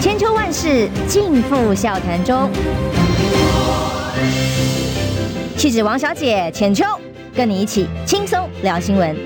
千秋万世尽付笑谈中。气质王小姐浅秋，跟你一起轻松聊新闻。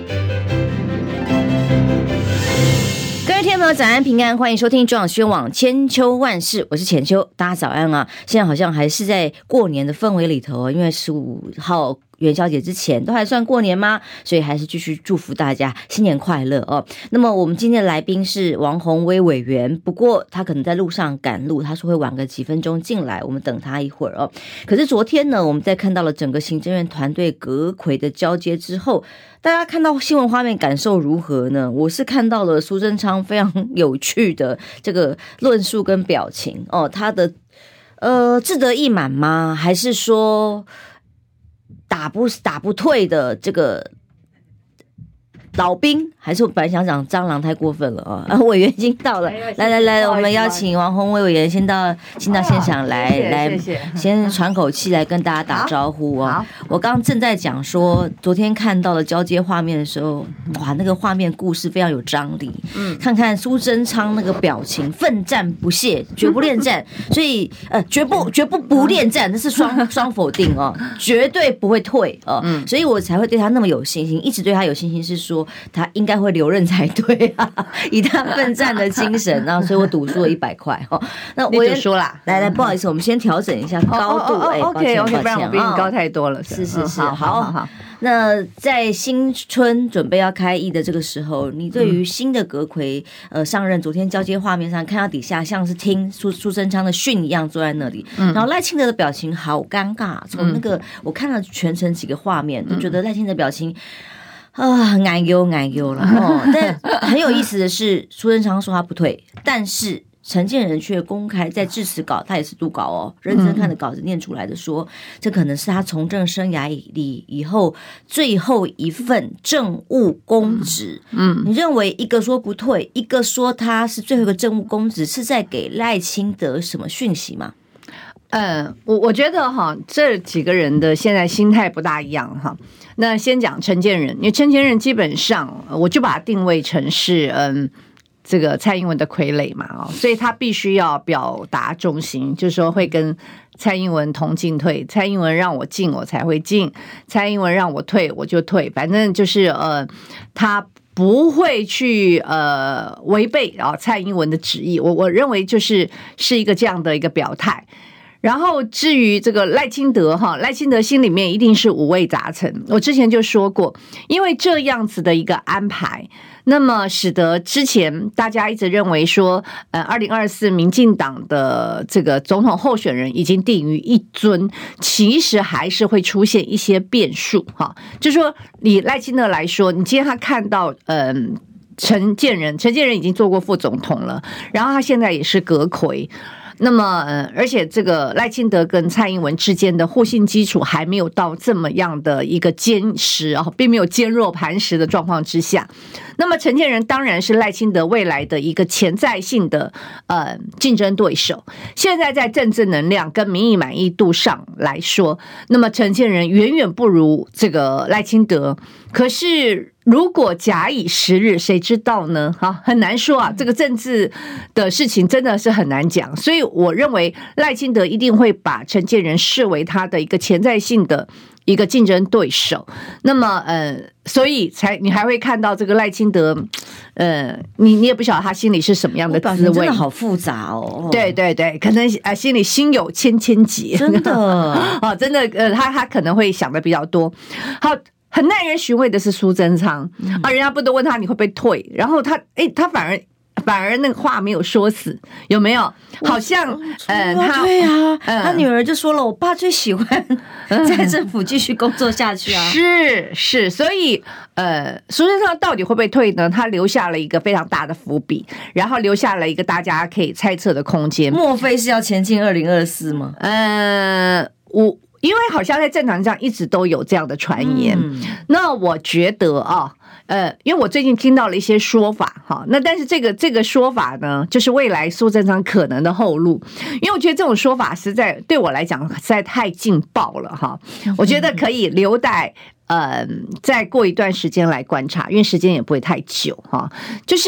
各位听众朋友，早安平安，欢迎收听中央宣网千秋万世，我是浅秋，大家早安啊！现在好像还是在过年的氛围里头，因为15号元宵节之前都还算过年吗？所以还是继续祝福大家新年快乐哦。那么我们今天的来宾是王宏威委员，不过他可能在路上赶路，他说会晚个几分钟进来，我们等他一会儿哦。可是昨天呢，我们在看到了整个行政院团队阁揆的交接之后，大家看到新闻画面感受如何呢？我是看到了苏贞昌非常有趣的这个论述跟表情哦，他的志得意满吗？还是说打不退的这个老兵？还是我本来想讲蟑螂太过分了啊！委员已经到了，来，我们邀请王宏威委员先到现场来，先喘口气来跟大家打招呼哦。我刚刚正在讲说，昨天看到了交接画面的时候，哇，那个画面故事非常有张力。看看苏贞昌那个表情，奋战不懈，绝不恋战，所以绝不不恋战，这是双否定哦，绝对不会退哦。所以我才会对他那么有信心，一直对他有信心，是说他应该会留任才对啊，以他奋战的精神，然后所以我赌输了100块哦。那我也输啦， 来，不好意思，我们先调整一下高度。 OK， 不然我比你高太多了。 是，好。那在新春准备要开议的这个时候，你对于新的阁揆上任，昨天交接画面上看到底下像是听苏贞昌的训一样坐在那里，然后赖清德的表情好尴尬，从那个我看了全程几个画面，都觉得赖清德表情很难忧了哦。但很有意思的是，苏贞昌说他不退，但是陈建仁却公开在致辞稿，他也是读稿哦，认真看的稿子念出来的说，这可能是他从政生涯里以后最后一份政务公职。你认为一个说不退，一个说他是最后一个政务公职，是在给赖清德什么讯息吗？ 我觉得哈，这几个人的现在心态不大一样哈。那先讲陈建仁，因为陈建仁基本上我就把他定位成是这个蔡英文的傀儡嘛，所以他必须要表达忠心，就是说会跟蔡英文同进退，蔡英文让我进我才会进，蔡英文让我退我就退，反正就是他不会去违背蔡英文的旨意，我认为是一个这样的一个表态。然后至于这个赖清德心里面一定是五味杂陈，我之前就说过，因为这样子的一个安排，那么使得之前大家一直认为说2024民进党的这个总统候选人已经定于一尊，其实还是会出现一些变数哈。就是说以赖清德来说，你今天他看到陈建仁已经做过副总统了，然后他现在也是阁揆，那么而且这个赖清德跟蔡英文之间的互信基础还没有到这么样的一个坚实并没有坚若磐石的状况之下，那么陈建仁当然是赖清德未来的一个潜在性的竞争对手。现在在政治能量跟民意满意度上来说，那么陈建仁远远不如这个赖清德，可是如果假以时日，谁知道呢？很难说啊，这个政治的事情真的是很难讲，所以我认为赖清德一定会把陈建仁视为他的一个潜在性的一个竞争对手。那么所以你还会看到这个赖清德你也不晓得他心里是什么样的滋味， 真的好复杂哦。 对，可能心里心有千结， 真的真的他可能会想的比较多。好，很耐人寻味的是苏贞昌人家不都问他你会不会退，然后他反而那个话没有说死，有没有？好像对啊，他女儿就说了，我爸最喜欢在政府继续工作下去啊。 是，所以苏贞昌到底会不会退呢？他留下了一个非常大的伏笔，然后留下了一个大家可以猜测的空间。 莫非是要前进2024吗？ 因为好像在政坛上一直都有这样的传言，那我觉得因为我最近听到了一些说法那但是这个说法呢，就是未来苏贞昌可能的后路，因为我觉得这种说法实在对我来讲实在太劲爆了我觉得可以留待再过一段时间来观察，因为时间也不会太久就是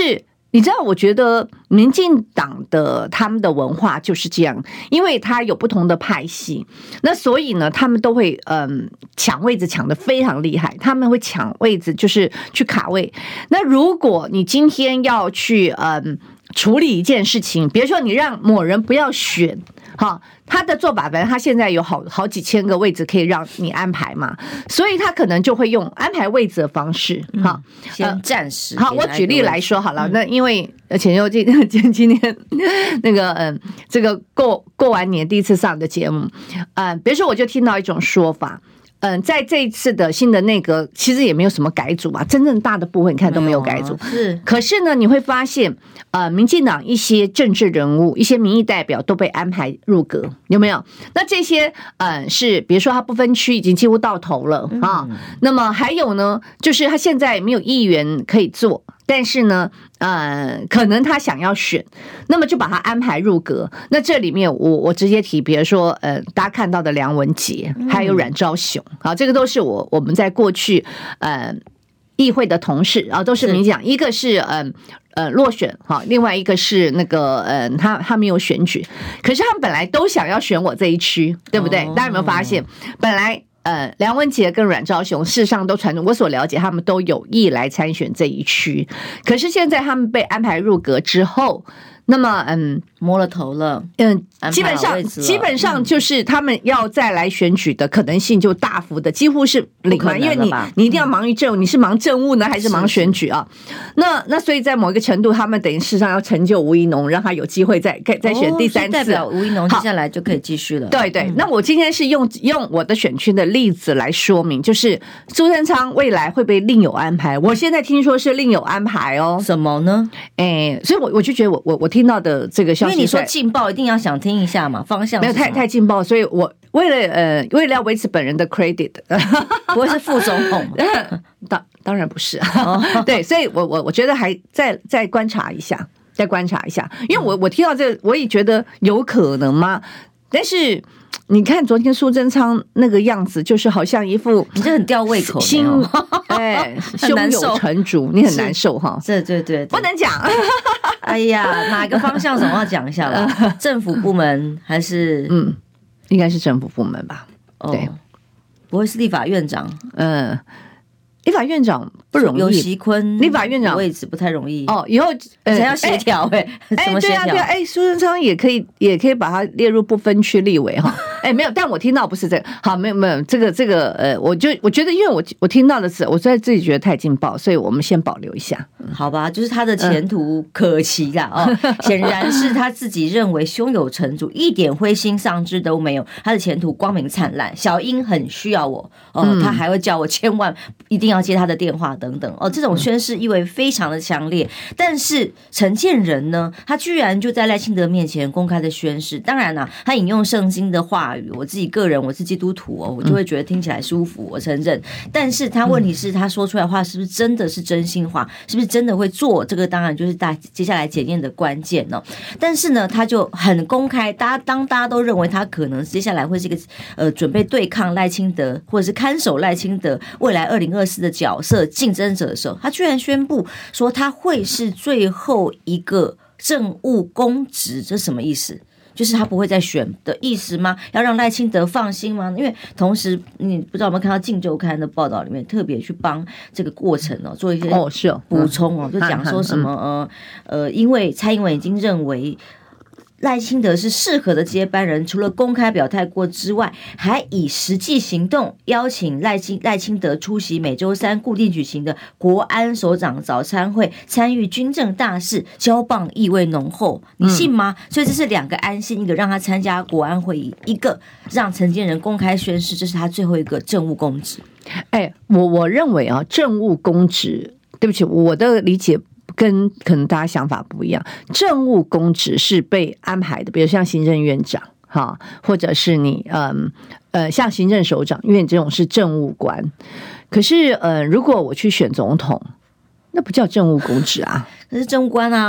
你知道，我觉得民进党的他们的文化就是这样，因为他有不同的派系，那所以呢，他们都会抢位置抢得非常厉害，他们会抢位置就是去卡位。那如果你今天要去处理一件事情，比如说你让某人不要选，哈，他的做法，反正他现在有好几千个位置可以让你安排嘛，所以他可能就会用安排位置的方式，哈， 先暂时。 好，我举例来说好了，那因为前又今天那个这个过完年第一次上的节目，比如说我就听到一种说法。在这一次的新的内阁，其实也没有什么改组嘛，真正大的部分你看都没有改组。 是， 可是呢，你会发现，民进党一些政治人物、一些民意代表都被安排入阁，有没有？那这些是，比如说他不分区已经几乎到头了啊。那么还有呢，就是他现在没有议员可以做。但是呢，可能他想要选，那么就把他安排入阁。那这里面我直接提，比如说大家看到的梁文杰，还有阮昭雄，好，这个都是我们在过去议会的同事啊，都是民进党，一个是落选哈，另外一个是那个他没有选举，可是他们本来都想要选我这一区，对不对？大家有没有发现，本来？梁文杰跟阮昭雄事实上都传出，我所了解，他们都有意来参选这一区。可是现在他们被安排入阁之后，那么摸了头了， 基本上就是他们要再来选举的可能性就大幅的几乎是零嘛，因为你一定要忙于政务，你是忙政务呢还是忙选举啊？那所以在某一个程度，他们等于事实上要成就吴怡农，让他有机会再选第三次， 代表吴怡农接下来就可以继续了。 对，那我今天是用我的选区的例子来说明，就是苏贞昌未来会被另有安排。我现在听说是另有安排哦， 什么呢？ 所以我就觉得我听到的这个消息， 因为你说劲爆，一定要想听一下嘛，方向没有太劲爆，所以我为了要维持本人的 credit， 不会是副总统， 当然不是啊，对，所以我觉得还再观察一下，因为我听到这个，我也觉得有可能吗？但是。你看昨天苏贞昌那个样子，就是好像一副你这很吊胃口， 胸有成竹，你很难受哈。 对， 不能讲。 哎呀，哪个方向总要讲一下啦？政府部门还是应该是政府部门吧？对， 不会是立法院长？ 立法院长不容易， 尤锡坤立法院长位置不太容易哦。以后才要协调怎么协调？ 对，苏贞昌也可以把它列入不分区立委哈。没有，但我听到不是这个。好，没有这个我觉得，因为我听到的是，我在自己觉得太劲爆，所以我们先保留一下， 好吧？就是他的前途可期啦显然是他自己认为胸有成竹，一点灰心丧志都没有，他的前途光明灿烂。小英很需要我他还会叫我千万一定要接他的电话等等这种宣誓意味非常的强烈。但是陈建仁呢，他居然就在赖清德面前公开的宣誓，当然啦，他引用圣经的话语，我自己个人我是基督徒我就会觉得听起来舒服，我承认。但是他问题是他说出来的话是不是真的是真心话，是不是真的会做，这个当然就是接下来检验的关键但是呢，他就很公开，当大家都认为他可能接下来会是一个准备对抗赖清德或者是看守赖清德未来2024的角色竞争者的时候，他居然宣布说他会是最后一个政务公职，这什么意思？就是他不会再选的意思吗？要让赖清德放心吗？因为同时你不知道有没有看到《镜周刊》的报道里面特别去帮这个过程做一些补充就讲说什么因为蔡英文已经认为赖清德是适合的接班人，除了公开表态过之外，还以实际行动邀请赖清德出席每周三固定举行的国安首长早餐会，参与军政大事，交棒意味浓厚，你信吗？所以这是两个安心，一个让他参加国安会议，一个让陈建仁公开宣誓这是他最后一个政务公职。 我认为政务公职，对不起，我的理解跟可能大家想法不一样，政务公职是被安排的，比如像行政院长或者是你像行政首长，因为你这种是政务官。可是如果我去选总统，那不叫政务公职啊， 那是政务官啊。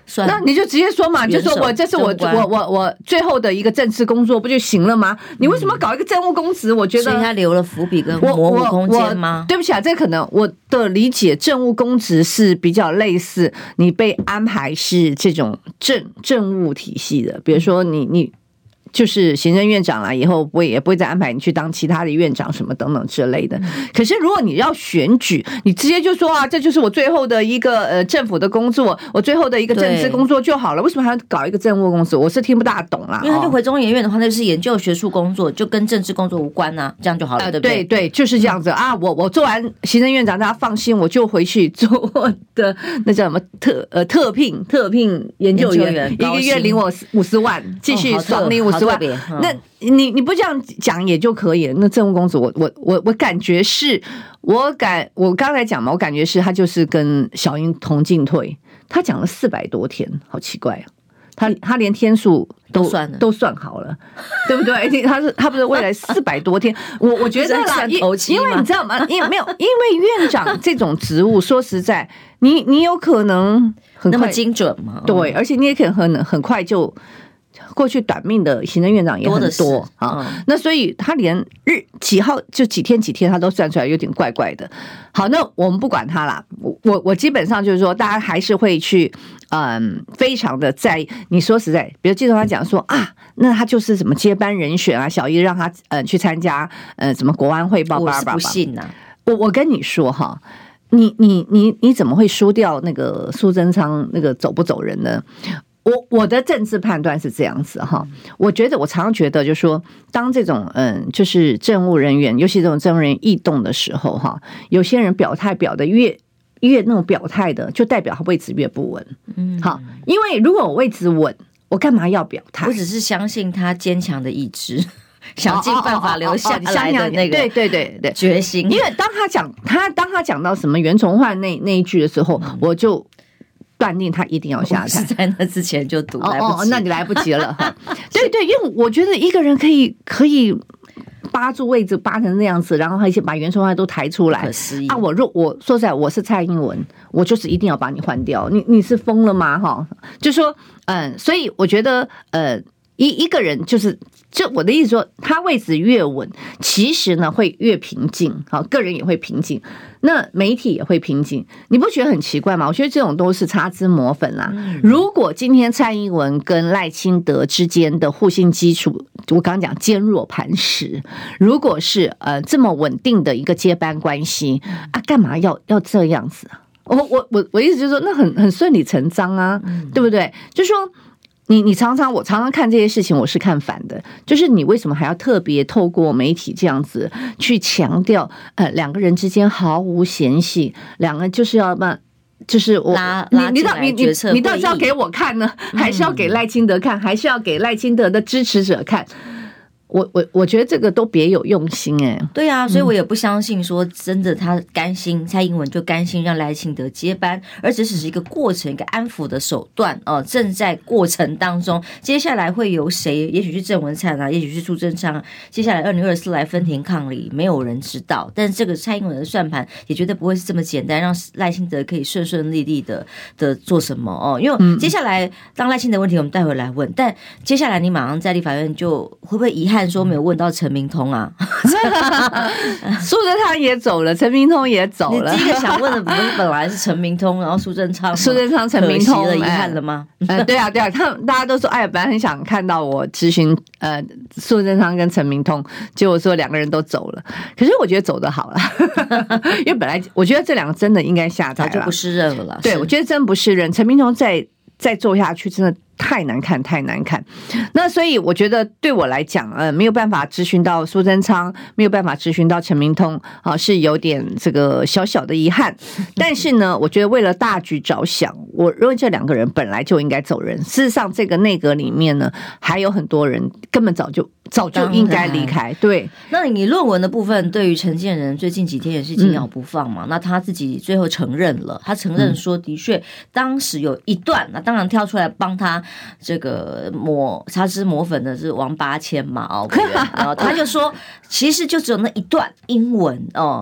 那你就直接说嘛，就说这是我最后的一个政治工作不就行了吗？你为什么搞一个政务公职？我觉得所以他留了伏笔跟模糊空间吗？ 对不起啊，这可能我的理解，政务公职是比较类似你被安排是这种政务体系的，比如说你就是行政院长啦，以后也不会再安排你去当其他的院长什么等等之类的。可是如果你要选举，你直接就说啊，这就是我最后的一个政府的工作，我最后的一个政治工作就好了，为什么还要搞一个政务公司？我是听不大懂啦。 因为他就回中研院的话，那就是研究学术工作，就跟政治工作无关啊，这样就好了，对不对？ 对，就是这样子啊。我做完行政院长，大家放心，我就回去做我的那叫什么特聘研究员，一个月领我50万，继续爽领50万。那你不这样讲也就可以了。那政务公职，我感觉是，我刚才讲嘛，我感觉是他就是跟小英同进退，他讲了400多天，好奇怪啊！他连天数都算好了，对不对？他不是未来400多天，我觉得啦，因为你知道吗？因为院长这种职务，说实在，你有可能很快那么精准吗？ 对，而且你也可能很快就。过去短命的行政院长也很多啊，那所以他连几号就几天他都算出来，有点怪怪的。好，那我们不管他啦，我基本上就是说，大家还是会去非常的在意。你说实在，比如记者他讲说啊，那他就是什么接班人选啊，小英让他去参加什么国安汇报， 我是不信啊。 我跟你说哈，你怎么会输掉那个苏贞昌那个走不走人呢？我的政治判断是这样子哈，我常常觉得就是说，当这种就是政务人员，尤其这种政务人员异动的时候哈，有些人表态表的越那种表态的，就代表他位置越不稳。好，因为如果我位置稳，我干嘛要表态？ 我只是相信他坚强的意志。想尽办法留下来的那个对决心。 因为当他讲到什么袁崇焕那一句的时候，我就断定他一定要下台， 是在那之前就读，来不及。 那你来不及了。对，因为我觉得一个人可以扒住位置扒成那样子，然后还把袁崇焕都抬出来， 可思议啊！我说实在，我是蔡英文，我就是一定要把你换掉。你是疯了吗？哈，就说所以我觉得一个人就我的意思说，他位置越稳，其实呢会越平静，好，个人也会平静，那媒体也会平静，你不觉得很奇怪吗？我觉得这种都是擦脂抹粉啦。如果今天蔡英文跟赖清德之间的互信基础，我刚刚讲坚若磐石，如果是这么稳定的一个接班关系啊，干嘛要这样子啊？我意思就是说，那很顺理成章啊，对不对？就是说。我常常看这些事情，我是看反的，就是你为什么还要特别透过媒体这样子去强调，两个人之间毫无嫌隙，两个就是要就是我你到底是要给我看呢，还是要给赖清德看，还是要给赖清德的支持者看？我觉得这个都别有用心对啊，所以我也不相信说真的他甘心蔡英文就甘心让赖清德接班，而只是一个过程，一个安抚的手段正在过程当中，接下来会由谁？也许是郑文灿啊，也许是苏贞昌，接下来2024来分庭抗礼，没有人知道。但是这个蔡英文的算盘也绝对不会是这么简单，让赖清德可以顺顺利利的做什么因为接下来当赖清德问题我们待会来问，但接下来你马上在立法院就会不会遗憾？说没有问到陈明通啊， 苏贞昌也走了，陈明通也走了。 你第一个想问的不是本来是陈明通，然后苏贞昌， 陈明通了，遗憾了吗？ 对啊，大家都说，本来很想看到我咨询苏贞昌跟陈明通，结果说两个人都走了。可是我觉得走得好了，因为本来我觉得这两个真的应该下台了， 就不是任了。 对，我觉得真不是任，陈明通再做下去真的。太难看。那所以我觉得对我来讲，没有办法咨询到苏贞昌，没有办法咨询到陈明通，是有点这个小小的遗憾。但是呢，我觉得为了大局着想，我认为这两个人本来就应该走人。事实上，这个内阁里面呢，还有很多人根本早就应该离开。对， 那你论文的部分，对于陈建仁最近几天也是紧咬不放嘛？那他自己最后承认了，他承认说，的确当时有一段，那当然跳出来帮他。这个擦脂抹粉的是王八千嘛然后他就说，其实就只有那一段英文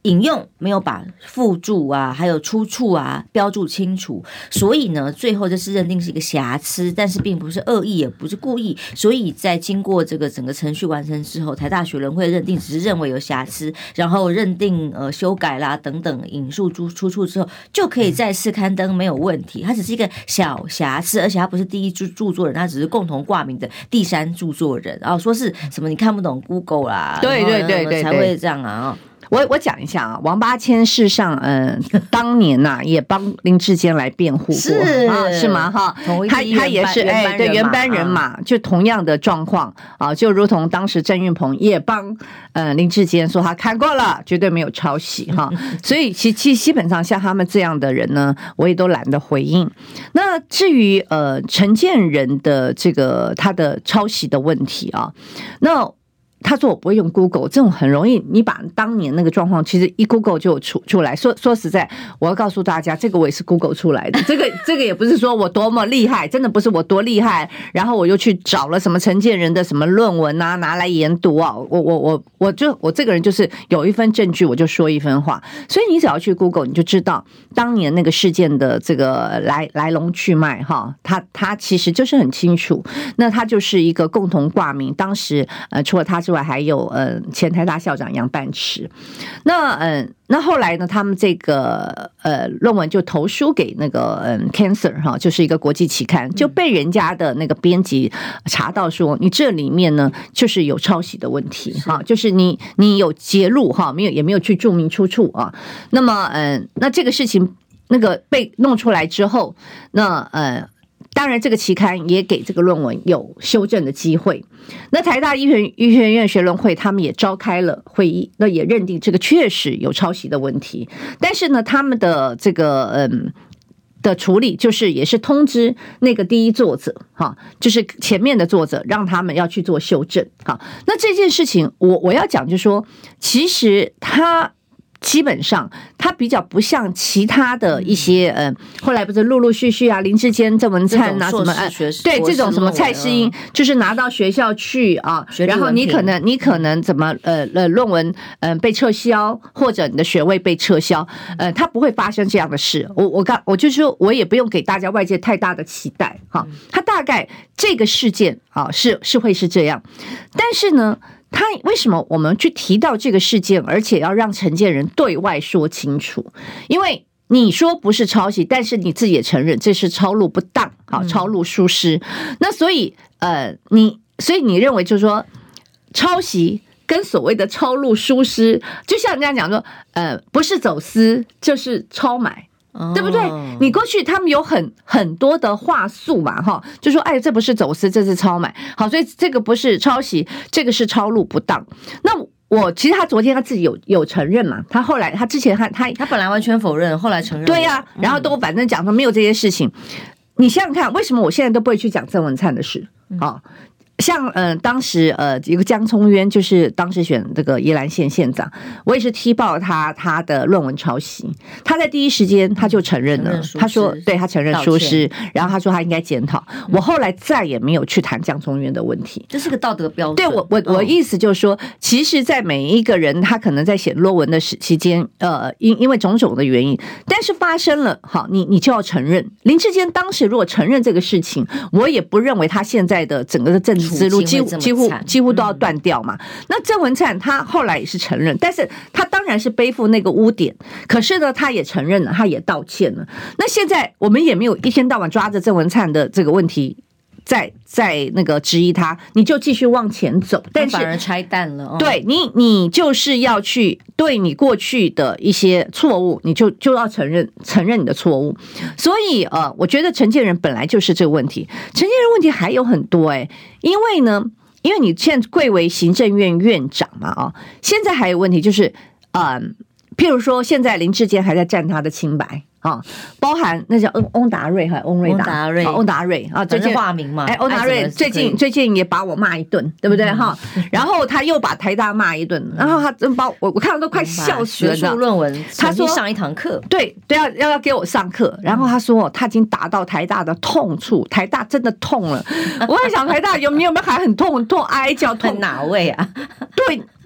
引用没有把附注啊，还有出处啊标注清楚，所以呢，最后就是认定是一个瑕疵，但是并不是恶意，也不是故意，所以在经过这个整个程序完成之后，台大学伦会认定只是认为有瑕疵，然后认定修改啦等等引述出处之后，就可以再次刊登没有问题。它只是一个小瑕疵，而且它不是第一著作人，它只是共同挂名的第三著作人，然后说是什么你看不懂 Google 啦， 对， 才会这样啊。 我讲一下啊，王八千事实上，当年呐、也帮林志坚来辩护过，是吗？哈，他也是对原班人马，就同样的状况啊，就如同当时郑运鹏也帮林志坚说他看过了，绝对没有抄袭哈，所以基本上像他们这样的人呢，我也都懒得回应。那至于陈建仁的这个他的抄袭的问题啊，那。他说我不会用 Google， 这种很容易，你把当年那个状况，其实一 Google 就出来。说实在，我要告诉大家，这个我也是 Google 出来的。这个也不是说我多么厉害，真的不是我多厉害，然后我又去找了什么陈建仁的什么论文啊，拿来研读啊。我这个人就是有一份证据，我就说一分话。所以你只要去 Google， 你就知道当年那个事件的这个来龙去脉哈。他其实就是很清楚，那他就是一个共同挂名，当时除了他之外，还有前台大校长杨半池。那后来呢，他们这个论文就投书给那个Cancer 哈，就是一个国际期刊，就被人家的那个编辑查到说，你这里面呢就是有抄袭的问题哈，就是你有揭露哈，也没有去注明出处啊。那么那这个事情那个被弄出来之后，那当然，这个期刊也给这个论文有修正的机会。那台大医学院学伦会他们也召开了会议，那也认定这个确实有抄袭的问题。但是呢，他们的这个的处理就是也是通知那个第一作者哈，就是前面的作者，让他们要去做修正。好，那这件事情我要讲就是说，其实他。基本上，它比较不像其他的一些后来不是陆陆续续啊，林志坚、郑文灿啊什么对这种什么蔡诗英，就是拿到学校去啊，然后你可能怎么论文被撤销，或者你的学位被撤销，它不会发生这样的事。我就说我也不用给大家外界太大的期待哈，它大概这个事件啊是会是这样，但是呢。他为什么我们去提到这个事件，而且要让陈建仁对外说清楚？因为你说不是抄袭，但是你自己也承认这是抄录不当，好，抄录疏失。那所以你认为就是说抄袭跟所谓的抄录疏失，就像人家讲说，不是走私就是抄买。对不对？你过去他们有很多的话术嘛，哈，就说哎，这不是走私，这是抄买。好，所以这个不是抄袭，这个是抄录不当。那其实他昨天他自己有承认嘛，他后来他之前他本来完全否认，后来承认。 对呀，然后都反正讲说没有这些事情。你想想看，为什么我现在都不会去讲郑文灿的事啊？像当时一个江聪渊，就是当时选这个宜兰县县长，我也是踢爆他的论文抄袭，他在第一时间他就承认了，他说对他承认疏失，然后他说他应该检讨。我后来再也没有去谈江聪渊的问题， 这是个道德标准。 对我意思就是说，其实，在每一个人他可能在写论文的期间，因为种种的原因，但是发生了，好，你就要承认。林志坚当时如果承认这个事情，我也不认为他现在的整个的政治之路几乎都要断掉嘛。那郑文灿他后来也是承认，但是他当然是背负那个污点，可是呢，他也承认了，他也道歉了。那现在我们也没有一天到晚抓着郑文灿的这个问题。在那个质疑他，你就继续往前走，但是反而拆弹了。 对你就是要去对你过去的一些错误，你就要承认你的错误。所以我觉得陈建仁本来就是这个问题，陈建仁问题还有很多因为你现在贵为行政院院长嘛现在还有问题就是譬如说现在林志坚还在占他的清白。包含那叫翁达瑞还翁达瑞啊， 最近化名嘛， 翁达瑞最近也把我骂一顿，对不对哈？然后他又把台大骂一顿，然后他真把我看到都快笑死了。 学术论文，他说上一堂课， 对，要给我上课，然后他说他已经打到台大的痛处，台大真的痛了。我在想台大有没有还很痛哀叫痛哪位啊？ 对。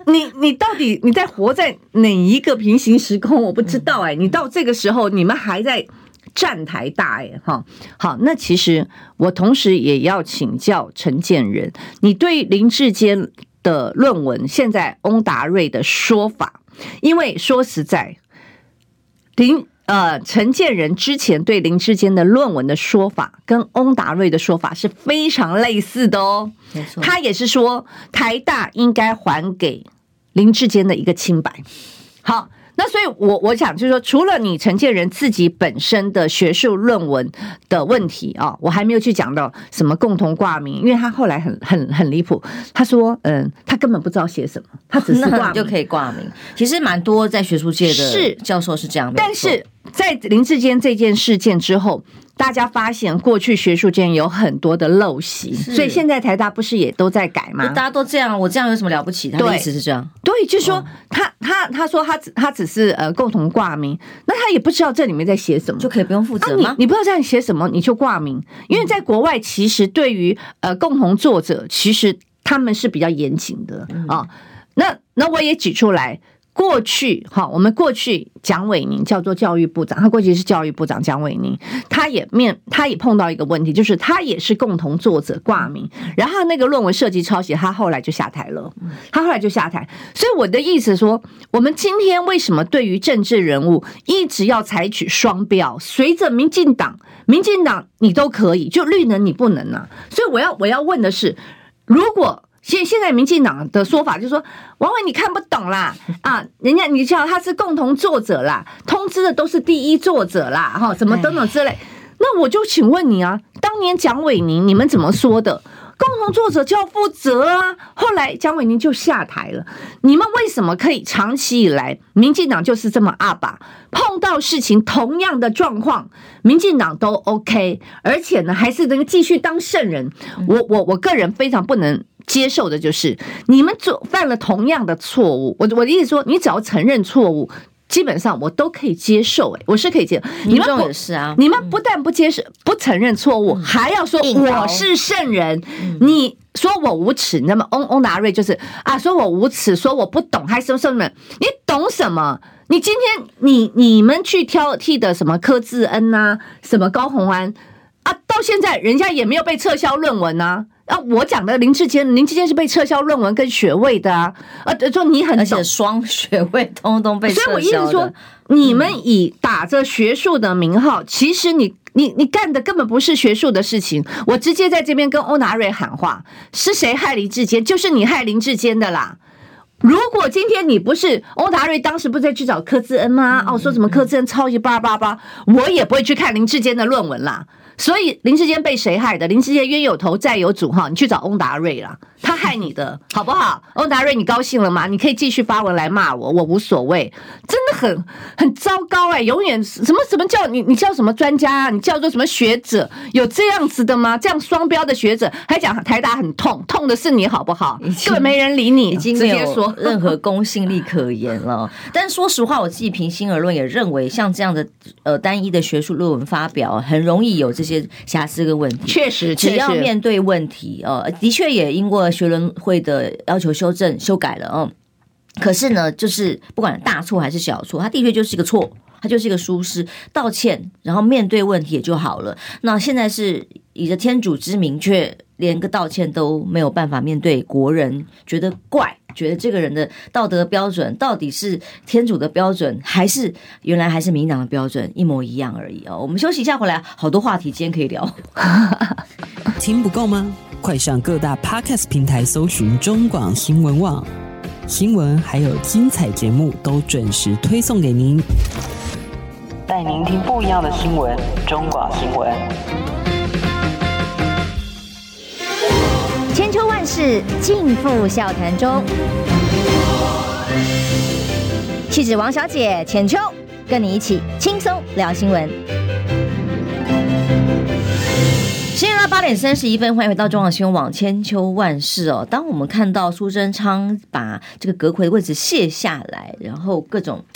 你到底你在活在哪一个平行时空？我不知道你到这个时候你们还在站台大哈。好，那其实我同时也要请教陈建仁，你对林智坚的论文现在翁达瑞的说法，因为说实在，陈建仁之前对林智坚的论文的说法跟翁达瑞的说法是非常类似的哦。 没错， 他也是说台大应该还给林智坚的一个清白。好，那所以我想就是说，除了你陈建仁自己本身的学术论文的问题啊，我还没有去讲到什么共同挂名，因为他后来很离谱，他说他根本不知道写什么，他只是挂名就可以挂名。其实蛮多在学术界的教授是这样， 但是在林智坚这件事件之后，大家发现过去学术界有很多的陋习，所以现在台大不是也都在改吗？ 大家都这样，我这样有什么了不起？他的意思是这样。 对，就是说他说他只是共同挂名，那他也不知道这里面在写什么， 就可以不用负责吗？ 你不知道这样写什么，你就挂名，因为在国外其实对于共同作者，其实他们是比较严谨的啊。那我也举出来。过去我们过去蒋伟宁叫做教育部长，他过去是教育部长蒋伟宁，他也碰到一个问题，就是他也是共同作者挂名，然后他那个论文涉及抄袭，他后来就下台了，所以我的意思说，我们今天为什么对于政治人物一直要采取双标？随着民进党你都可以，就绿能你不能啊。所以我要问的是，如果现在民进党的说法就是说，王伟你看不懂啦啊，人家你知道他是共同作者啦，通知的都是第一作者啦，什么等等之类。那我就请问你啊，当年蒋伟宁你们怎么说的？共同作者就要负责啊，后来蒋伟宁就下台了。你们为什么可以长期以来，民进党就是这么阿爸，碰到事情同样的状况，民进党都 OK， 而且呢还是能继续当圣人。我个人非常不能接受的就是你们犯了同样的错误，我的意思说，你只要承认错误，基本上我都可以接受，我是可以接受。 你们也是啊， 你们不但不承认错误，还要说我是圣人，你说我无耻，那么翁达瑞就是说我无耻，说我不懂，还什么？你懂什么？你今天你们去挑剔的什么柯志恩啊，什么高虹安到现在人家也没有被撤销论文啊。我讲的林智坚是被撤销论文跟学位的说你很懂， 而且双学位通通被撤销的。 所以我意思说，你们以打着学术的名号，其实你干的根本不是学术的事情。我直接在这边跟欧达瑞喊话：是谁害林智坚？就是你害林智坚的啦。如果今天你不是欧达瑞，当时不是在去找柯志恩吗？说什么柯志恩抄袭888，我也不会去看林智坚的论文啦。所以林智坚被谁害的？林智坚冤有头债有主你去找翁达瑞啦，他害你的好不好？翁达瑞你高兴了吗？你可以继续发文来骂我无所谓。真的很糟糕永远什么叫你叫什么专家你叫做什么学者？有这样子的吗？这样双标的学者还讲台大很痛的是你好不好？根本没人理你， 已经没有任何公信力可言了。但说实话，我自己平心而论也认为，像这样的单一的学术论文发表，很容易有这些瑕疵跟问题。 确实， 只要面对问题的确也因过学伦会的要求修改了可是呢，就是不管大错还是小错，它的确就是一个错，它就是一个疏失，道歉，然后面对问题也就好了。那现在是以着天主之名，却连个道歉都没有办法面对国人，觉得怪，觉得这个人的道德标准到底是天主的标准，还是原来还是民进党的标准，一模一样而已我们休息一下，回来好多话题今天可以聊。 听不够吗？快上各大 Podcast 平台搜寻中广新闻网，新闻还有精彩节目都准时推送给您，带您听不一样的新闻。中广新闻， 千秋万世尽付笑谈中。气质王小姐浅秋，跟你一起轻松聊新闻。时间到8点31分，欢迎回到中广新闻网千秋万世当我们看到苏贞昌把这个阁揆的位置卸下来，然后各种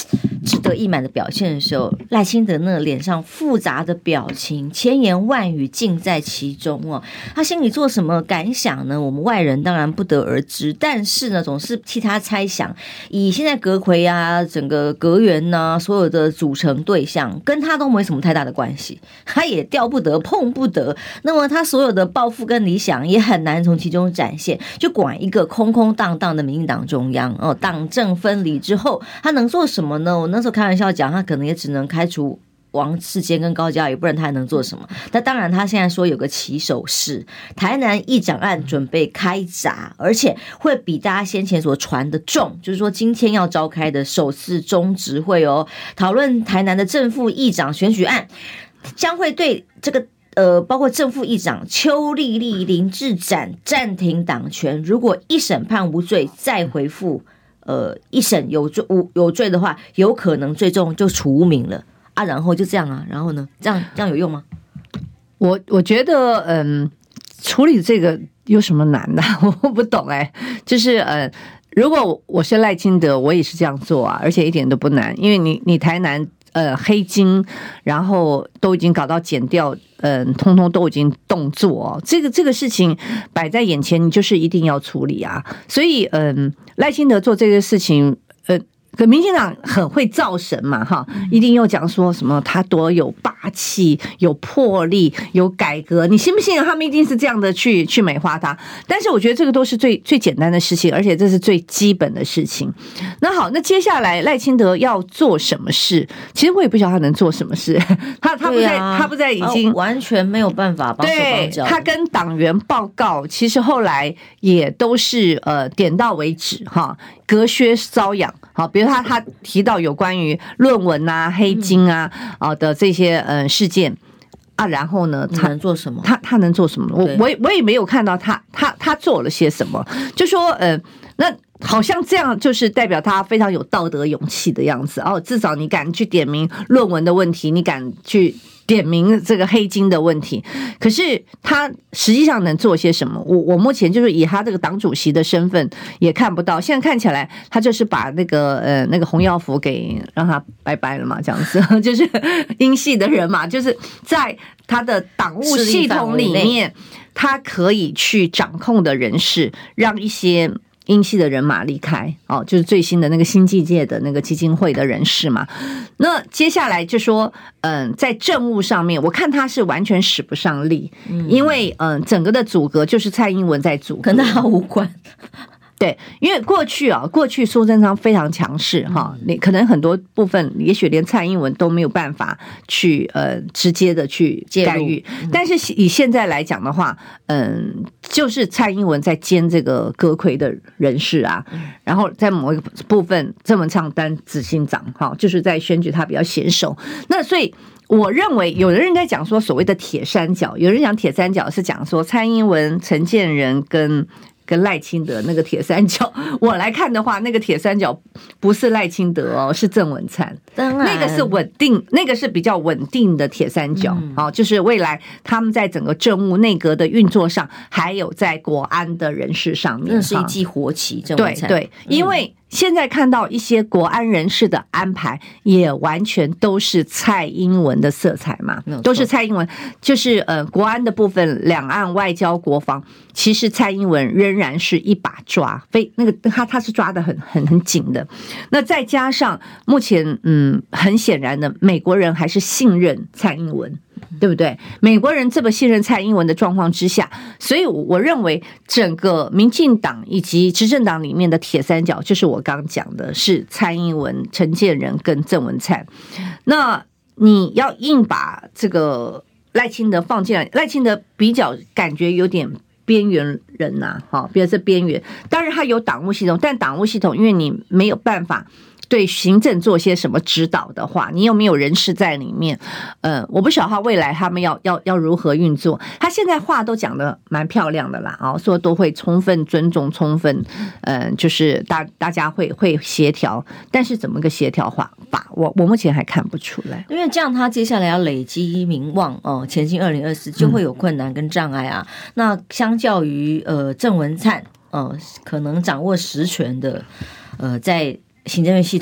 志得意满的表现的时候，赖清德那脸上复杂的表情，千言万语尽在其中哦。他心里做什么感想呢？我们外人当然不得而知，但是呢，总是替他猜想。以现在阁揆啊，整个阁员呐，所有的组成对象，跟他都没什么太大的关系，他也调不得、碰不得。那么他所有的抱负跟理想也很难从其中展现，就管一个空空荡荡的民进党中央哦，党政分离之后，他能做什么呢？我那时候开玩笑讲，他可能也只能开除王世坚跟高嘉瑜，不然他还能做什么？那当然，他现在说有个起手式，台南议长案准备开闸，而且会比大家先前所传的重，就是说今天要召开的首次中执会哦，讨论台南的正副议长选举案，将会对这个。包括正副议长邱丽丽、林志展暂停党权，如果一审判无罪，再回复一审有罪的话，有可能最终就处无名了啊。然后就这样啊，然后呢，这样有用吗？ 我觉得处理这个有什么难的？我不懂就是如果我是赖清德，我也是这样做啊，而且一点都不难，因为你台南。黑金，然后都已经搞到检调，通通都已经动作哦。这个事情摆在眼前，你就是一定要处理啊。所以，赖清德做这个事情，可民进党很会造神嘛，哈，一定又讲说什么他多有霸气、有魄力、有改革，你信不信？他们一定是这样的去美化他。但是我觉得这个都是最简单的事情，而且这是最基本的事情。那好，那接下来赖清德要做什么事？其实我也不晓得他能做什么事。他不在已经完全没有办法帮手帮脚。 他跟党员报告，其实后来也都是点到为止哈，隔靴搔痒。好，比如他提到有关于论文啊、黑金啊的这些事件啊，然后呢， 他能做什么？ 他能做什么？我也没有看到他做了些什么。就说那好像这样就是代表他非常有道德勇气的样子哦，至少你敢去点名论文的问题，你敢去点名这个黑金的问题，可是他实际上能做些什么？我目前就是以他这个党主席的身份也看不到。现在看起来，他就是把那个洪耀福给让他拜拜了嘛，这样子就是英系的人嘛，就是在他的党务系统里面，他可以去掌控的人士，让一些英系的人马离开哦，就是最新的那个新纪界的那个基金会的人士嘛。那接下来就说，在政务上面，我看他是完全使不上力，因为整个的组阁就是蔡英文在组阁， 跟他无关。 对，因为过去苏贞昌非常强势哈，你可能很多部分，也许连蔡英文都没有办法去直接的去干预，但是以现在来讲的话，就是蔡英文在兼这个阁揆的人士啊，然后在某一个部分郑文灿当执行长哈，就是在选举他比较娴熟，那所以。我认为有的人在讲说所谓的铁三角，有人讲铁三角是讲说蔡英文、陈建仁跟赖清德那个铁三角。我来看的话，那个铁三角不是赖清德哦，是郑文灿，那个是稳定，那个是比较稳定的铁三角。就是未来他们在整个政务内阁的运作上，还有在国安的人事上面， 那是一记活棋。郑文灿对，因为。现在看到一些国安人士的安排，也完全都是蔡英文的色彩嘛，都是蔡英文，就是国安的部分，两岸外交、国防，其实蔡英文仍然是一把抓，他是抓得很紧的。那再加上目前很显然的，美国人还是信任蔡英文。对不对？美国人这么信任蔡英文的状况之下，所以我认为整个民进党以及执政党里面的铁三角，就是我刚讲的是蔡英文、陈建仁跟郑文灿。那你要硬把这个赖清德放进来，赖清德比较感觉有点边缘人呐，比如是边缘。当然他有党务系统，但党务系统因为你没有办法。对行政做些什么指导的话，你有没有人事在里面？我不晓得他未来他们要如何运作。他现在话都讲得蛮漂亮的啦，说都会充分尊重，充分就是大家会协调，但是怎么个协调法我目前还看不出来。 因为这样他接下来要累积民望前进2024就会有困难跟障碍啊。那相较于郑文灿可能掌握实权的在行政院系统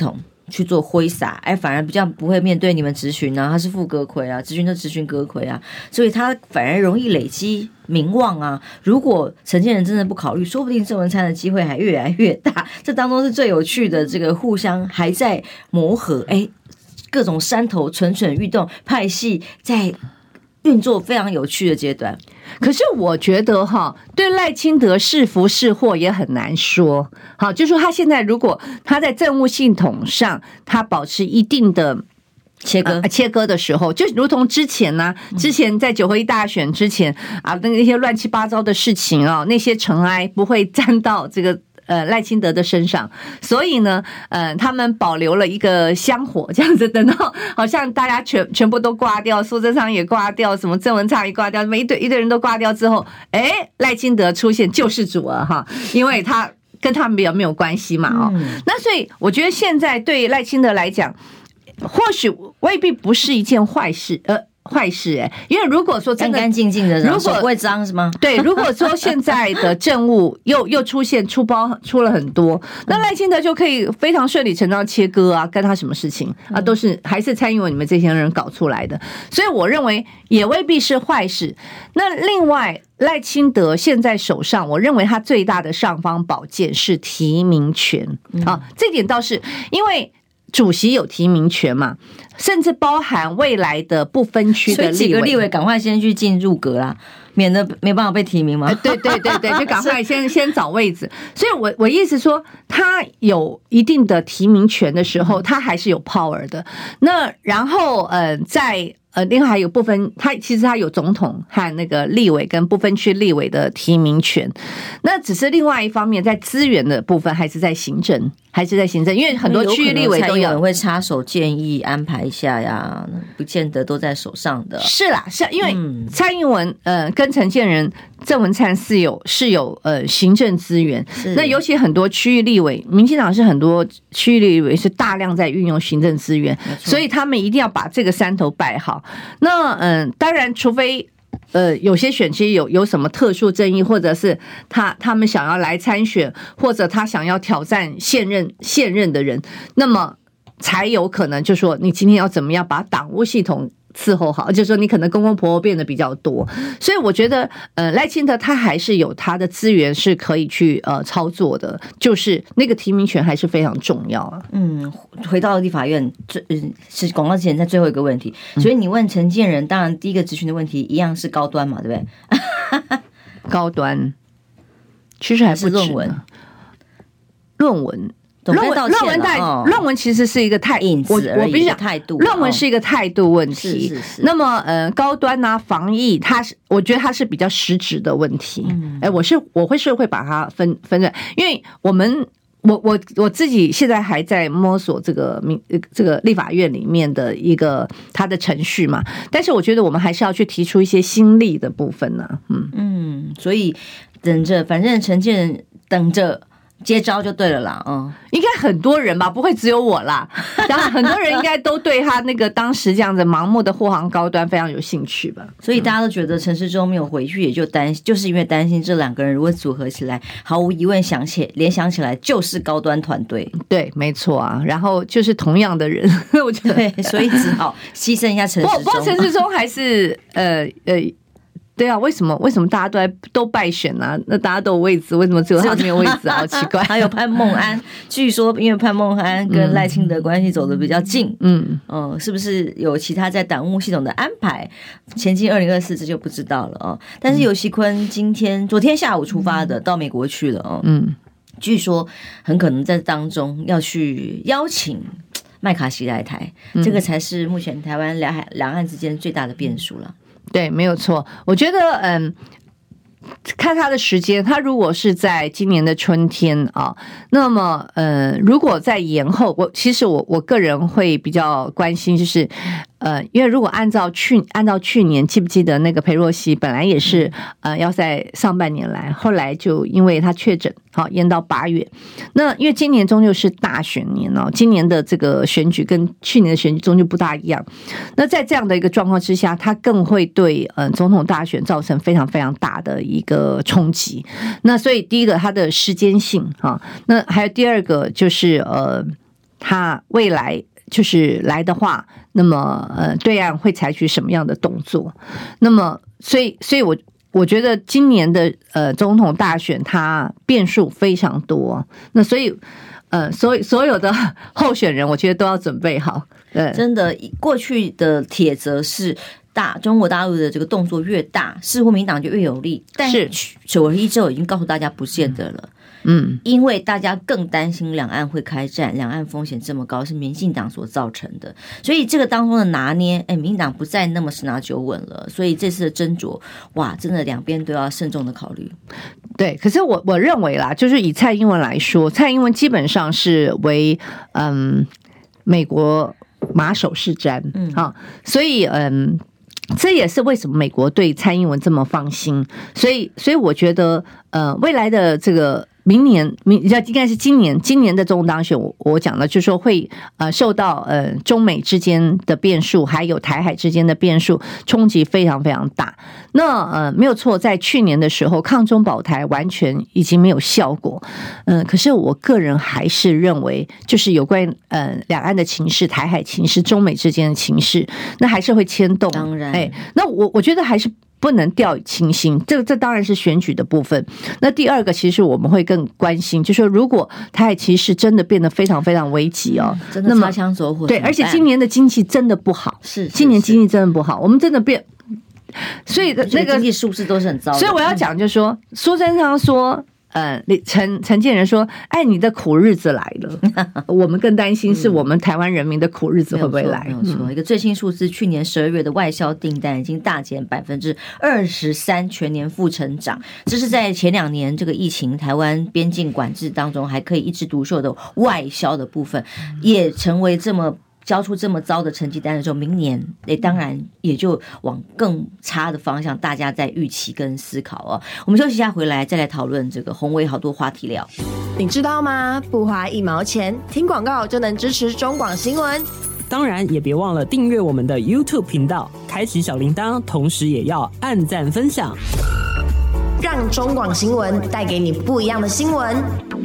去做挥洒，反而比较不会面对你们质询啊，他是副阁揆啊，质询就质询阁揆啊，所以他反而容易累积名望啊。如果陈建仁真的不考虑，说不定郑文灿的机会还越来越大。这当中是最有趣的，这个互相还在磨合，各种山头蠢蠢欲动，派系在运作非常有趣的阶段。 可是我觉得对赖清德是福是祸也很难说。好，就说他现在如果他在政务系统上他保持一定的切割的时候，就如同之前呢，之前在9合1大选之前啊，那些乱七八糟的事情啊，那些尘埃不会沾到这个赖清德的身上，所以呢，他们保留了一个香火，这样子，等到好像大家全部都挂掉，苏贞昌也挂掉，什么郑文灿也挂掉，一堆人都挂掉之后，赖清德出现救世主了哈，因为他跟他们比较没有关系嘛那所以我觉得现在对赖清德来讲，或许未必不是一件坏事，因为如果说真的干干净净的，如果不会脏是吗？ 对，如果说现在的政务又出了很多，那赖清德就可以非常顺理成章切割啊，干他什么事情啊，都是还是蔡英文你们这些人搞出来的，所以我认为也未必是坏事。那另外，赖清德现在手上，我认为他最大的尚方宝剑是提名权啊，这点倒是因为主席有提名权嘛，甚至包含未来的不分区的立委， 所以几个立委赶快先去进入阁啦，免得没办法被提名嘛。 对，就赶快先找位置。所以我意思说，他有一定的提名权的时候，他还是有 power 的。那然后在另外还有部分，其实他有总统和那个立委跟不分区立委的提名权。那只是另外一方面，在资源的部分还是在行政，因为很多区域立委都有会插手建议安排一下呀，不见得都在手上的。 是啦，是因为蔡英文跟陈建仁、郑文灿是有行政资源，那尤其很多区域立委，民进党是很多区域立委是大量在运用行政资源，所以他们一定要把这个山头摆好。那当然，除非有些选区有什么特殊争议，或者是他们想要来参选，或者他想要挑战现任的人，那么才有可能就说你今天要怎么样把党务系统伺候好，就是说你可能公公婆婆变得比较多，所以我觉得赖清德他还是有他的资源是可以去操作的，就是那个提名权还是非常重要啊。 回到立法院，是广告之前在最后一个问题，所以你问陈建仁，当然第一个质询的问题一样是高端嘛，对不对？ 高端其实还不止论文。论文其实是一个我必须讲态度，论文是一个态度问题。是。那么高端啊，防疫，我觉得它是比较实质的问题。我会把它分出来，因为我自己现在还在摸索这个立法院里面的一个它的程序嘛，但是我觉得我们还是要去提出一些新例的部分呢。 所以等着，反正陈建仁等着接招就对了啦。 应该很多人吧，不会只有我啦。然后很多人应该都对他那个当时这样子盲目的护航高端非常有兴趣吧。 所以大家都觉得陈时中没有回去，也就是因为担心这两个人如果组合起来，毫无疑问联想起来就是高端团队。 对，没错啊。然后就是同样的人，我觉得对，所以只好牺牲一下陈时中。 不过陈时中还是对啊，为什么大家都败选啊？那大家都有位置，为什么只有他没有位置？好奇怪。 还有潘孟安，据说因为潘孟安跟赖清德关系走得比较近，是不是有其他在党务系统的安排？前进2024这就不知道了哦。但是游锡堃昨天下午出发的，到美国去了哦。据说很可能在当中要去邀请麦卡锡来台，这个才是目前台湾两岸之间最大的变数了。 对，没有错。我觉得，看他的时间，他如果是在今年的春天啊，那么如果在延后，其实我个人会比较关心，就是因为如果按照去年，记不记得那个裴若曦本来也是要在上半年来，后来就因为他确诊，好延到8月。那因为今年终究是大选年哦，今年的这个选举跟去年的选举终究不大一样。那在这样的一个状况之下，他更会对总统大选造成非常非常大的一个冲击。那所以第一个它的时间性哈，那还有第二个就是他未来就是来的话，那么对岸会采取什么样的动作？那么所以我觉得今年的总统大选，它变数非常多。那所以所有的候选人，我觉得都要准备好。 真的，过去的铁则是中国大陆的这个动作越大，似乎民进党就越有利。但是9合1之后已经告诉大家不见得了。因为大家更担心两岸会开战，两岸风险这么高是民进党所造成的，所以这个当中的拿捏，民进党不再那么十拿九稳了，所以这次的斟酌，哇，真的两边都要慎重的考虑。 对，可是我认为啦，就是以蔡英文来说，蔡英文基本上是为美国马首是瞻，所以这也是为什么美国对蔡英文这么放心。所以我觉得未来的这个明年应该是今年的总统当选，我讲的就是说会受到中美之间的变数，还有台海之间的变数冲击非常非常大。那没有错，在去年的时候抗中保台完全已经没有效果。可是我个人还是认为，就是有关两岸的情势、台海情势、中美之间的情势，那还是会牵动。 当然， 那我觉得还是不能掉以轻心，这当然是选举的部分。那第二个，其实我们会更关心，就是说，如果台海情势真的变得非常非常危急哦， 真的擦枪走火， 对，而且今年的经济真的不好，今年经济真的不好，我们真的所以那个经济数字都是很糟的。 所以我要讲，就是说，苏贞昌说。陈建仁说：“哎，你的苦日子来了。”我们更担心是我们台湾人民的苦日子会不会来？ 没有错，一个最新数字，去年12月的外销订单已经大减23%，全年负成长。这是在前2年这个疫情、台湾边境管制当中还可以一枝独秀的外销的部分，也成为交出这么糟的成绩单的时候，明年当然也就往更差的方向，大家在预期跟思考哦。我们休息一下，回来再来讨论这个宏伟好多话题聊。 你知道吗？不花1毛钱，听广告就能支持中广新闻。 当然也别忘了订阅我们的 YouTube 频道，开启小铃铛，同时也要按赞分享， 让中广新闻带给你不一样的新闻。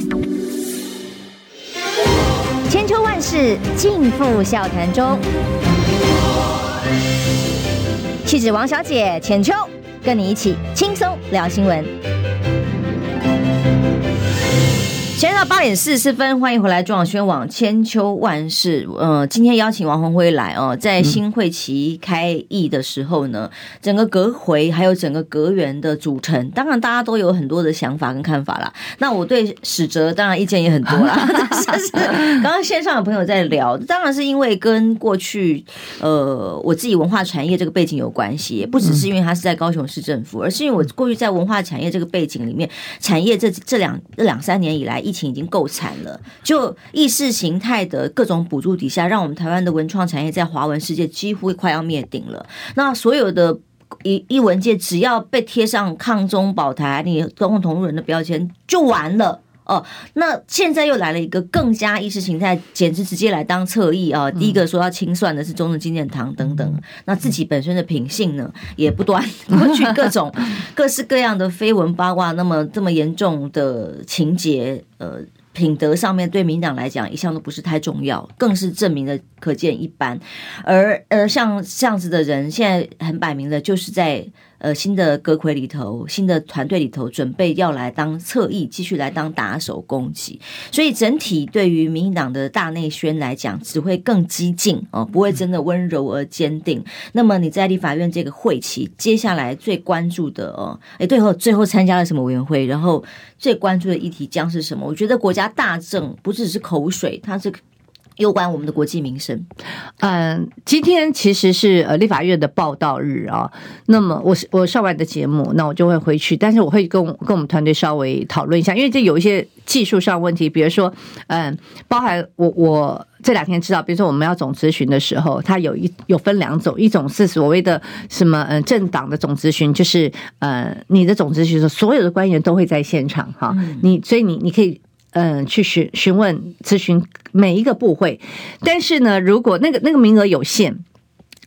千秋万世尽付笑谈中，气质王小姐浅秋，跟你一起轻松聊新闻。现在到8点44分，欢迎回来中广宣网千秋万世。今天邀请王宏辉来哦，在新会期开议的时候呢，整个阁揆还有整个阁员的组成，当然大家都有很多的想法跟看法啦。那我对史哲当然意见也很多啦，但是刚刚线上有朋友在聊，当然是因为跟过去我自己文化产业这个背景有关系，也不只是因为他是在高雄市政府，而是因为我过去在文化产业这个背景里面，产业这两三年以来，疫情已经够惨了，就意识形态的各种补助底下，让我们台湾的文创产业在华文世界几乎快要灭顶了。那所有的艺文界只要被贴上抗中保台、你中共同路人的标签，就完了。那现在又来了一个更加意识形态，简直直接来当侧翼啊！第一个说要清算的是中正纪念堂等等，那自己本身的品性呢也不端，过去各式各样的绯闻八卦，那么这么严重的情节，品德上面对民进党来讲一向都不是太重要，更是证明的可见一斑。而像这样子的人，现在很摆明的就是在新的阁揆里头，新的团队里头，准备要来当侧翼，继续来当打手攻击。所以整体对于民进党的大内宣来讲，只会更激进不会真的温柔而坚定。那么你在立法院这个会期，接下来最关注的最后参加了什么委员会，然后最关注的议题将是什么？我觉得国家大政不只是口水，它是有关我们的国计民生。 今天其实是立法院的报道日啊。那么我上完的节目，那我就会回去，但是我会跟我们团队稍微讨论一下，因为这有一些技术上问题，比如说包含我这2天知道，比如说我们要总咨询的时候，它有分2种，一种是所谓的什么政党的总咨询，就是你的总咨询的时候，所有的官员都会在现场哈，所以你可以。去询问咨询每一个部会，但是呢，如果那个名额有限，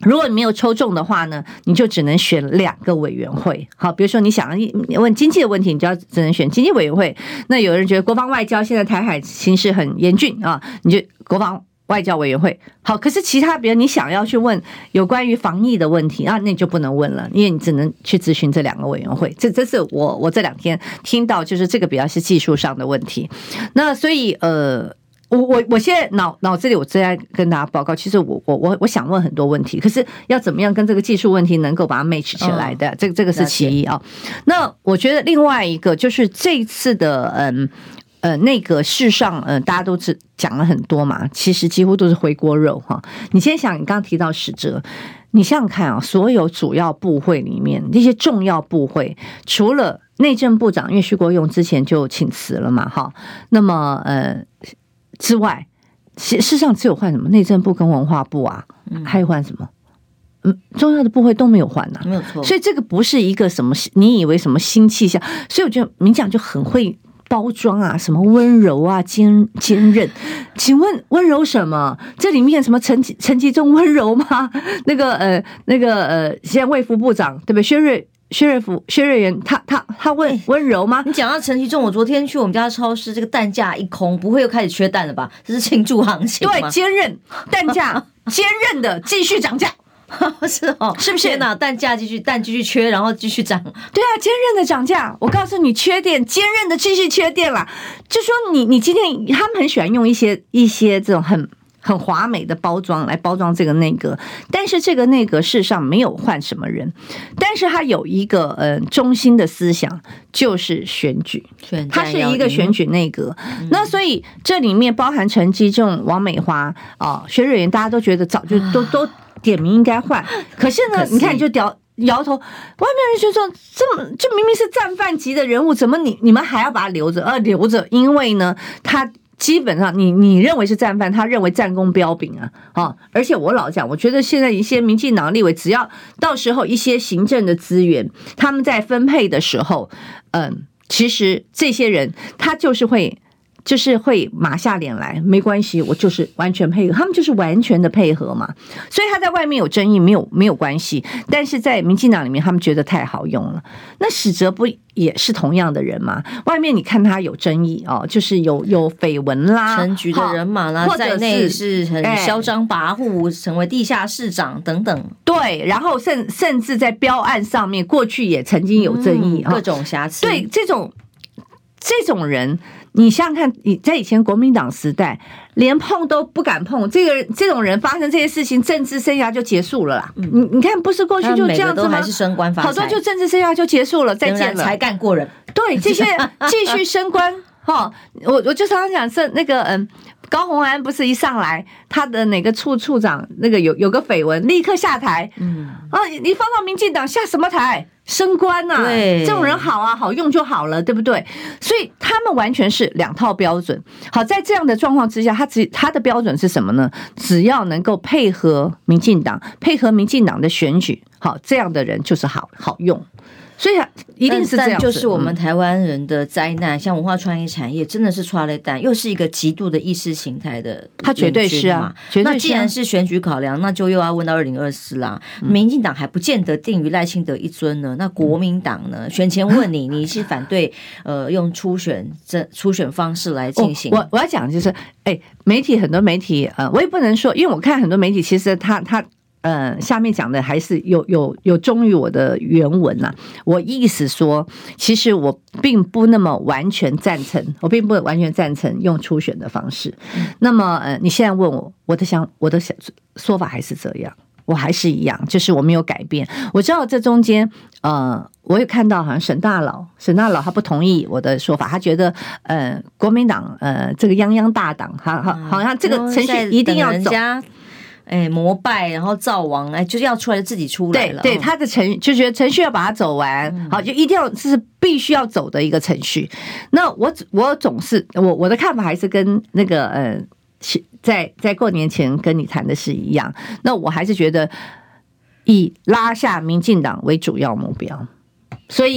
如果你没有抽中的话呢，你就只能选2个委员会。好，比如说你想问经济的问题，你就只能选经济委员会。那有人觉得国防外交现在台海形势很严峻啊，你就国防外交委员会。好，可是其他比如你想要去问有关于防疫的问题啊，那你就不能问了，因为你只能去咨询这2个委员会。这是我这2天听到，就是这个比较是技术上的问题。那所以我现在脑子里我正在跟大家报告，其实我想问很多问题，可是要怎么样跟这个技术问题能够把它 match 起来的，这个是其一啊。那我觉得另外一个就是这一次的那个事上大家都讲了很多嘛，其实几乎都是回锅肉哈。你先想，你刚刚提到使者，你想想看啊，所有主要部会里面那些重要部会，除了内政部长，因为徐国勇之前就请辞了嘛，哈，那么之外，事实上只有换什么内政部跟文化部啊，还有换什么？重要的部会都没有换呐， 没有错。 所以这个不是一个什么你以为什么新气象，所以我觉得民进党就很会包装啊，什么温柔啊、坚韧。请问温柔什么？这里面什么陈吉仲温柔吗？那个现在卫福部长对不对？薛瑞元他温柔吗？ 你讲到陈其仲，我昨天去我们家超市，这个蛋价一空，不会又开始缺蛋了吧？这是庆祝行情吗？ 对，坚韧，蛋价坚韧的继续涨价。 是哦， 是不是？ 蛋价继续缺，然后继续涨。 对啊，坚韧的涨价。我告诉你，缺电，坚韧的继续缺电啦。就说你今天他们很喜欢用一些这种很华美的包装来包装这个内阁，但是这个内阁事实上没有换什么人，但是他有一个中心的思想，就是选举，它是一个选举内阁。那所以这里面包含陈吉仲、王美花薛瑞元，大家都觉得早就都点名应该换，可是呢，你看你就摇头，外面人就说这明明是战犯级的人物，怎么你们还要把他留着？因为呢，他基本上你认为是战犯，他认为战功彪炳啊！而且我老讲，我觉得现在一些民进党立委，只要到时候一些行政的资源，他们在分配的时候，其实这些人他就是会马下脸来，没关系，我就是完全配合，他们就是完全的配合嘛。所以他在外面有争议没有关系，但是在民进党里面，他们觉得太好用了。那史哲不也是同样的人吗？外面你看他有争议就是有绯闻啦， 陈局的人马啦，在内是很嚣张跋扈，成为地下市长等等。对， 然后甚至在标案上面，过去也曾经有争议， 各种瑕疵。 对，这种人。你想想看，你在以前国民党时代，连碰都不敢碰，这种人发生这些事情，政治生涯就结束了啦。你看，不是过去就这样子吗？ 都还是升官发财， 好多就政治生涯就结束了，再见了， 才干过人。 对，这些继续升官我就常常讲是那个高虹安不是一上来，他的哪个处长那个有个绯闻，立刻下台。你放到民进党下什么台？升官啊， 对， 这种人好啊，好用就好了，对不对？所以他们完全是2套标准。好，在这样的状况之下，他的标准是什么呢？只要能够配合民进党的选举，好，这样的人就是好用。所以一定是这样子， 但就是我们台湾人的灾难，像文化创意产业真的是剉咧蛋，又是一个极度的意识形态的， 它绝对是啊，绝对是啊。 那既然是选举考量，那就又要问到2024啦。民进党还不见得定于赖清德一尊呢，那国民党呢？选前问你是反对用初选方式来进行？ 我要讲就是，很多媒体我也不能说，因为我看很多媒体其实他。下面讲的还是有忠于我的原文呐。我意思说，其实我并不那么完全赞成，用初选的方式。那么你现在问我的说法还是这样，我还是一样，就是我没有改变。我知道这中间我也看到好像沈大佬他不同意我的说法，他觉得国民党这个泱泱大党，好像这个程序一定要走。 膜拜，然后造王，就是要出来就自己出来了。 对，他的就觉得程序要把它走完，好，就一定要是必须要走的一个程序。那我总是我的看法还是跟那个在过年前跟你谈的是一样。那我还是觉得以拉下民进党为主要目标，所以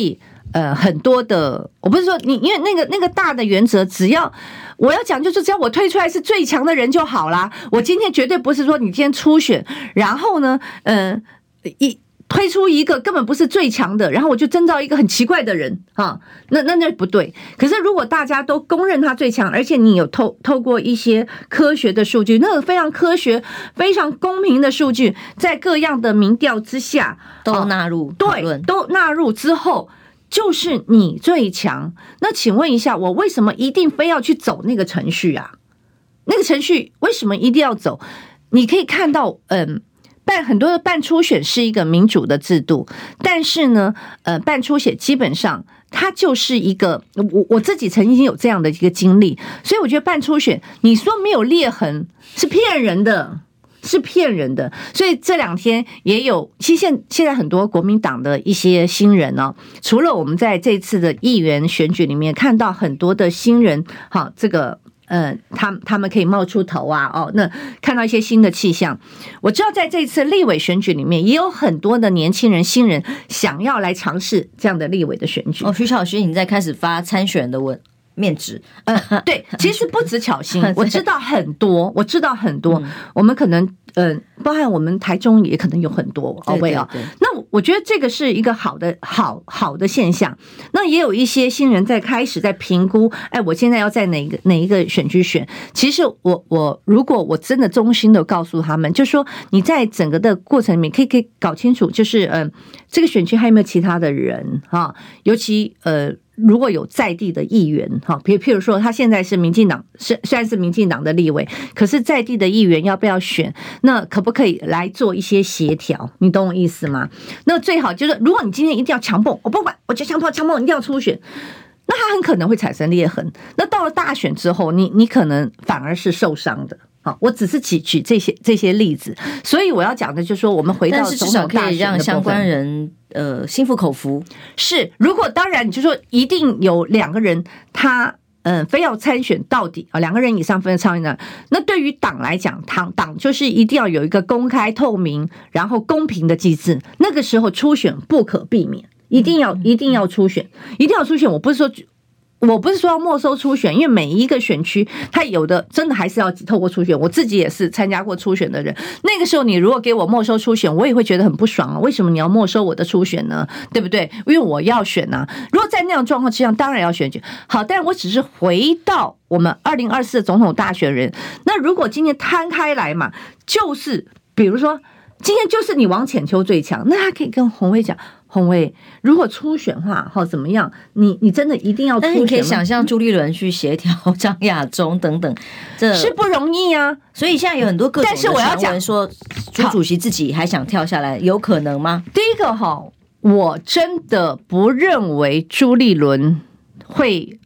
很多的，我不是说你，因为那个大的原则，只要我要讲，就是只要我推出来是最强的人就好啦。我今天绝对不是说你今天初选，然后呢，推出一个根本不是最强的，然后我就征召一个很奇怪的人啊，那不对。可是如果大家都公认他最强，而且你有透过一些科学的数据，那个非常科学、非常公平的数据，在各样的民调之下都纳入讨论， 对，都纳入之后。就是你最强，那请问一下，我为什么一定非要去走那个程序啊？那个程序为什么一定要走？你可以看到，很多的办初选是一个民主的制度，但是呢，办初选基本上它就是一个，我自己曾经有这样的一个经历，所以我觉得办初选，你说没有裂痕是骗人的。是骗人的，所以这2天也有，其实现在很多国民党的一些新人呢，除了我们在这次的议员选举里面看到很多的新人，好，这个他们可以冒出头啊，那看到一些新的气象。我知道在这次立委选举里面，也有很多的年轻人、新人想要来尝试这样的立委的选举。 徐巧芯，你在开始发参选的面纸， 对，其实不止巧芯，我知道很多，我们可能包含我们台中也可能有很多位啊。那我觉得这个是一个好的现象。那也有一些新人在开始在评估，我现在要在哪一个选区选。其实如果我真的衷心的告诉他们，就说你在整个的过程里面可以搞清楚，就是这个选区还有没有其他的人哈，尤其如果有在地的议员哈，譬如说他现在是民进党，虽然是民进党的立委，可是在地的议员要不要选？那可不可以来做一些协调？你懂我意思吗？那最好就是，如果你今天一定要强迫，我不管，我就强迫一定要初选，那他很可能会产生裂痕。那到了大选之后，你可能反而是受伤的。好，我只是举这些例子，所以我要讲的就是说，我们回到总统大选的部分， 但是至少可以让相关人心服口服。 是，如果当然你就说一定有2个人他非要参选到底啊，2个人以上非要参选，那对于党来讲，党就是一定要有一个公开透明然后公平的机制，那个时候初选不可避免，一定要初选，一定要初选。我不是说要没收初选，因为每一个选区它有的真的还是要透过初选，我自己也是参加过初选的人，那个时候你如果给我没收初选，我也会觉得很不爽啊，为什么你要没收我的初选呢？对不对？因为我要选啊。如果在那样状况之下，当然要选举。好，但我只是回到我们2024的总统大选人，那如果今天摊开来嘛，就是比如说今天就是你王浅秋最强，那他可以跟洪薇讲，洪薇，如果初选的话，怎么样？你真的一定要初选吗？ 但是你可以想象朱立伦去协调张亚中等等，这是不容易啊。 所以现在有很多各种的传闻说，朱主席自己还想跳下来，有可能吗？ 第一个我真的不认为朱立伦会，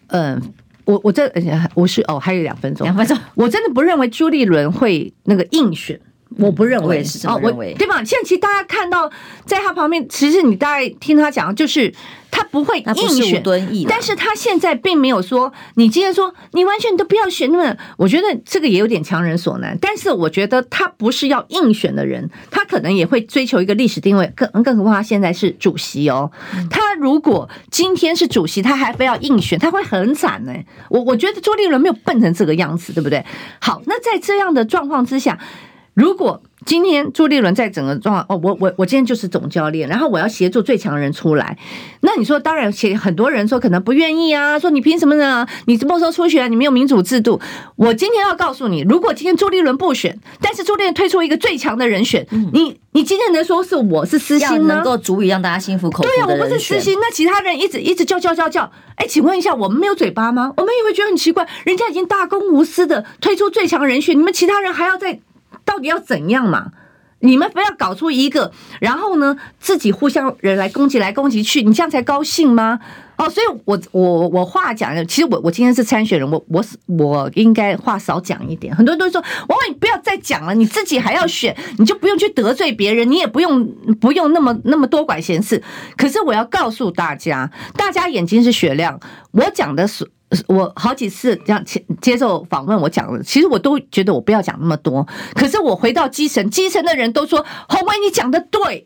还有2分钟，我真的不认为朱立伦会那个硬选。我不认为， 我也是这么认为， 对吧？现在其实大家看到在他旁边，其实你大概听他讲，就是他不会硬选，但是他现在并没有说你今天说你完全都不要选，那么我觉得这个也有点强人所难。但是我觉得他不是要硬选的人，他可能也会追求一个历史定位，更何况他现在是主席哦。他如果今天是主席，他还非要硬选，他会很惨呢。我觉得朱立伦没有笨成这个样子，对不对？好，那在这样的状况之下。如果今天朱立伦在整个状况，我今天就是总教练，然后我要协助最强人出来，那你说当然，很多人说可能不愿意啊，说你凭什么呢？你没收初选，你没有民主制度。我今天要告诉你，如果今天朱立伦不选，但是朱立伦推出一个最强的人选，你今天能说是我是私心呢？ 能够足以让大家心服口服的人选。 对啊，我不是私心，那其他人一直叫，请问一下，我们没有嘴巴吗？我们也会觉得很奇怪，人家已经大公无私的推出最强人选，你们其他人还要再。到底要怎样嘛？你们非要搞出一个，然后呢，自己互相人来攻击去，你这样才高兴吗？所以我话讲的，其实我今天是参选人，我应该话少讲一点。很多人都说，王伟你不要再讲了，你自己还要选，你就不用去得罪别人，你也不用那么多管闲事。可是我要告诉大家眼睛是雪亮，我讲的是。我好几次这样接受访问，我讲了，其实我都觉得我不要讲那么多。可是我回到基层的人都说：“洪薇，你讲的对。”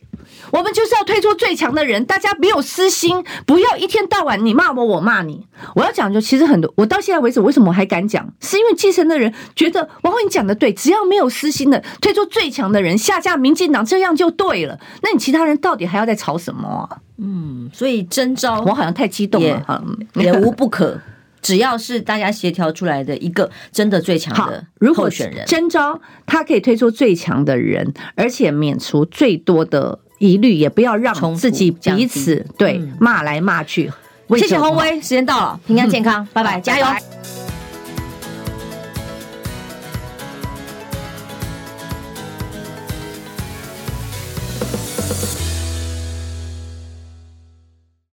我们就是要推出最强的人，大家没有私心，不要一天到晚你骂我骂你。我要讲就其实很多，我到现在为止为什么我还敢讲，是因为基层的人觉得王慧你讲的对，只要没有私心的推出最强的人，下架民进党，这样就对了。那你其他人到底还要再吵什么啊？ 所以征召我好像太激动了， 也无不可。只要是大家协调出来的一个真的最强的候选人， 征召他可以推出最强的人，而且免除最多的疑虑，也不要让自己彼此对骂来骂去。 谢谢宏威，时间到了，平安健康，拜拜，加油。